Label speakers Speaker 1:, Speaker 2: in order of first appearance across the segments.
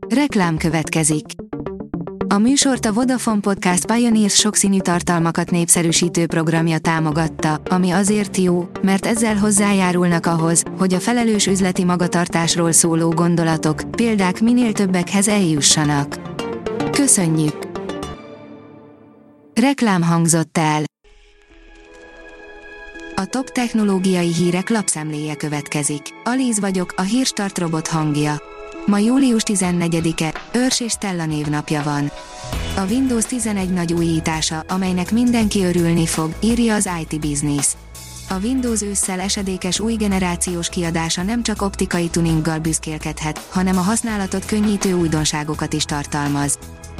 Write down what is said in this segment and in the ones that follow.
Speaker 1: Reklám következik. A műsort a Vodafone Podcast Pioneers sokszínű tartalmakat népszerűsítő programja támogatta, ami azért jó, mert ezzel hozzájárulnak ahhoz, hogy a felelős üzleti magatartásról szóló gondolatok, példák minél többekhez eljussanak. Köszönjük! Reklám hangzott el. A top technológiai hírek lapszemléje következik. Alíz vagyok, a Hírstart robot hangja. Ma július 14-e, Örs és Stella névnapja van. A Windows 11 nagy újítása, amelynek mindenki örülni fog, írja az IT Business. A Windows ősszel esedékes új generációs kiadása nem csak optikai tuninggal büszkélkedhet, hanem a használatot könnyítő újdonságokat is tartalmaz.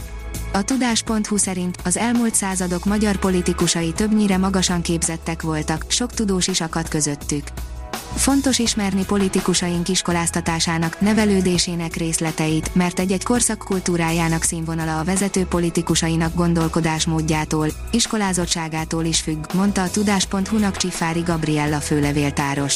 Speaker 1: A tudás.hu szerint az elmúlt századok magyar politikusai többnyire magasan képzettek voltak, sok tudós is akadt közöttük. Fontos ismerni politikusaink iskoláztatásának, nevelődésének részleteit, mert egy-egy korszak kultúrájának színvonala a vezető politikusainak gondolkodásmódjától, iskolázottságától is függ, mondta a tudás.hu-nak Csiffári Gabriella főlevéltáros.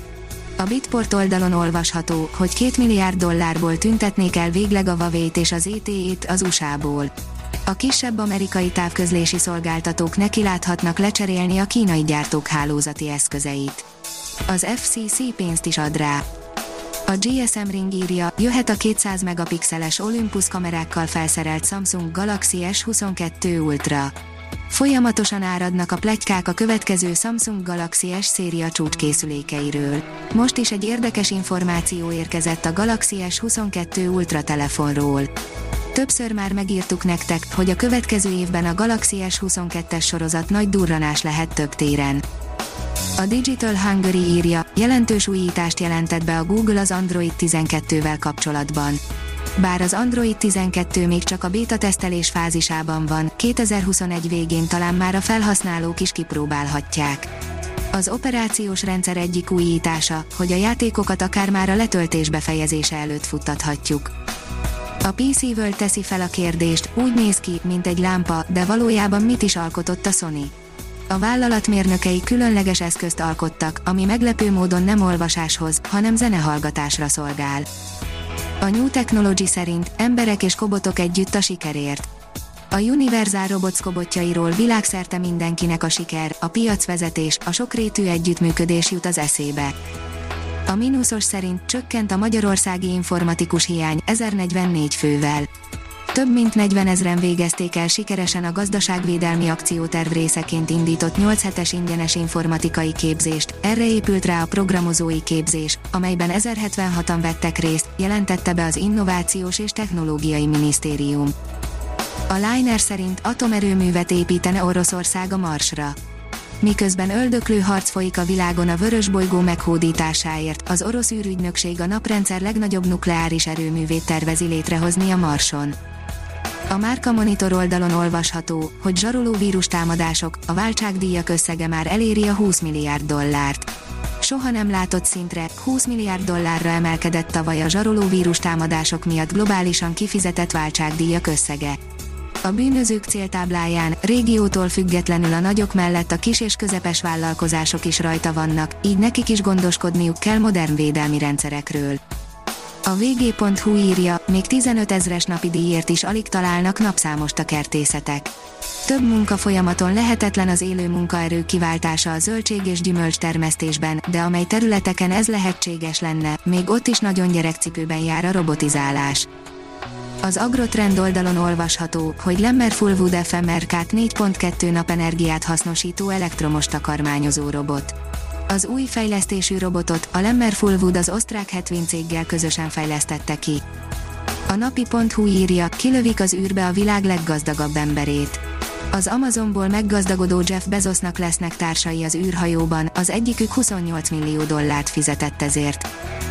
Speaker 1: A Bitport oldalon olvasható, hogy $2 milliárd tüntetnék el végleg a Huawei-t és az ZTE-t az USA-ból. A kisebb amerikai távközlési szolgáltatók nekiláthatnak lecserélni a kínai gyártók hálózati eszközeit. Az FCC pénzt is ad rá. A GSM Ring írja, jöhet a 200 megapixeles Olympus kamerákkal felszerelt Samsung Galaxy S22 Ultra. Folyamatosan áradnak a pletykák a következő Samsung Galaxy S széria csúcskészülékeiről. Most is egy érdekes információ érkezett a Galaxy S22 Ultra telefonról. Többször már megírtuk nektek, hogy a következő évben a Galaxy S22-es sorozat nagy durranás lehet több téren. A Digital Hungary írja, jelentős újítást jelentett be a Google az Android 12-vel kapcsolatban. Bár az Android 12 még csak a beta tesztelés fázisában van, 2021 végén talán már a felhasználók is kipróbálhatják. Az operációs rendszer egyik újítása, hogy a játékokat akár már a letöltés befejezése előtt futtathatjuk. A PC World teszi fel a kérdést, úgy néz ki, mint egy lámpa, de valójában mit is alkotott a Sony? A vállalat mérnökei különleges eszközt alkottak, ami meglepő módon nem olvasáshoz, hanem zenehallgatásra szolgál. A New Technology szerint emberek és kobotok együtt a sikerért. A Universal Robots kobotjairól világszerte mindenkinek a siker, a piacvezetés, a sokrétű együttműködés jut az eszébe. A mínuszos szerint csökkent a magyarországi informatikus hiány 1044 fővel. Több mint 40 000-en végezték el sikeresen a gazdaságvédelmi akcióterv részeként indított 8 hetes ingyenes informatikai képzést, erre épült rá a programozói képzés, amelyben 1076-an vettek részt, jelentette be az Innovációs és Technológiai Minisztérium. A Liner szerint atomerőművet építene Oroszország a Marsra. Miközben öldöklő harc folyik a világon a vörösbolygó meghódításáért, az orosz űrügynökség a naprendszer legnagyobb nukleáris erőművét tervezi létrehozni a Marson. A Márka Monitor oldalon olvasható, hogy zsaroló vírustámadások, a váltságdíjak összege már eléri a $20 milliárd. Soha nem látott szintre, $20 milliárd emelkedett tavaly a zsaroló vírustámadások miatt globálisan kifizetett váltságdíjak összege. A bűnözők céltábláján, régiótól függetlenül a nagyok mellett a kis és közepes vállalkozások is rajta vannak, így nekik is gondoskodniuk kell modern védelmi rendszerekről. A vg.hu írja, még 15 000-es napi díjért is alig találnak napszámost a kertészetek. Több munkafolyamaton lehetetlen az élő munkaerő kiváltása a zöldség és gyümölcs termesztésben, de amely területeken ez lehetséges lenne, még ott is nagyon gyerekcipőben jár a robotizálás. Az Agrotrend oldalon olvasható, hogy Lemmer Fullwood FMRK 4.2 napenergiát hasznosító elektromos takarmányozó robot. Az új fejlesztésű robotot a Lemmer Fullwood az osztrák Hetwin céggel közösen fejlesztette ki. A napi.hu írja, kilövik az űrbe a világ leggazdagabb emberét. Az Amazonból meggazdagodó Jeff Bezosnak lesznek társai az űrhajóban, az egyikük $28 millió fizetett ezért.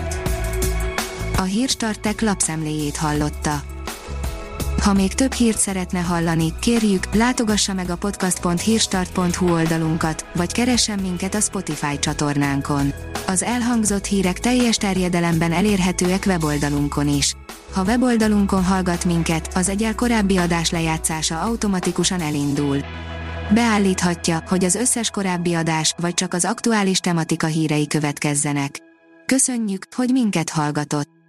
Speaker 1: A Hírstart Tech lapszemléjét hallotta. Ha még több hírt szeretne hallani, kérjük, látogassa meg a podcast.hírstart.hu oldalunkat, vagy keressen minket a Spotify csatornánkon. Az elhangzott hírek teljes terjedelemben elérhetőek weboldalunkon is. Ha weboldalunkon hallgat minket, az egyel korábbi adás lejátszása automatikusan elindul. Beállíthatja, hogy az összes korábbi adás, vagy csak az aktuális tematika hírei következzenek. Köszönjük, hogy minket hallgatott!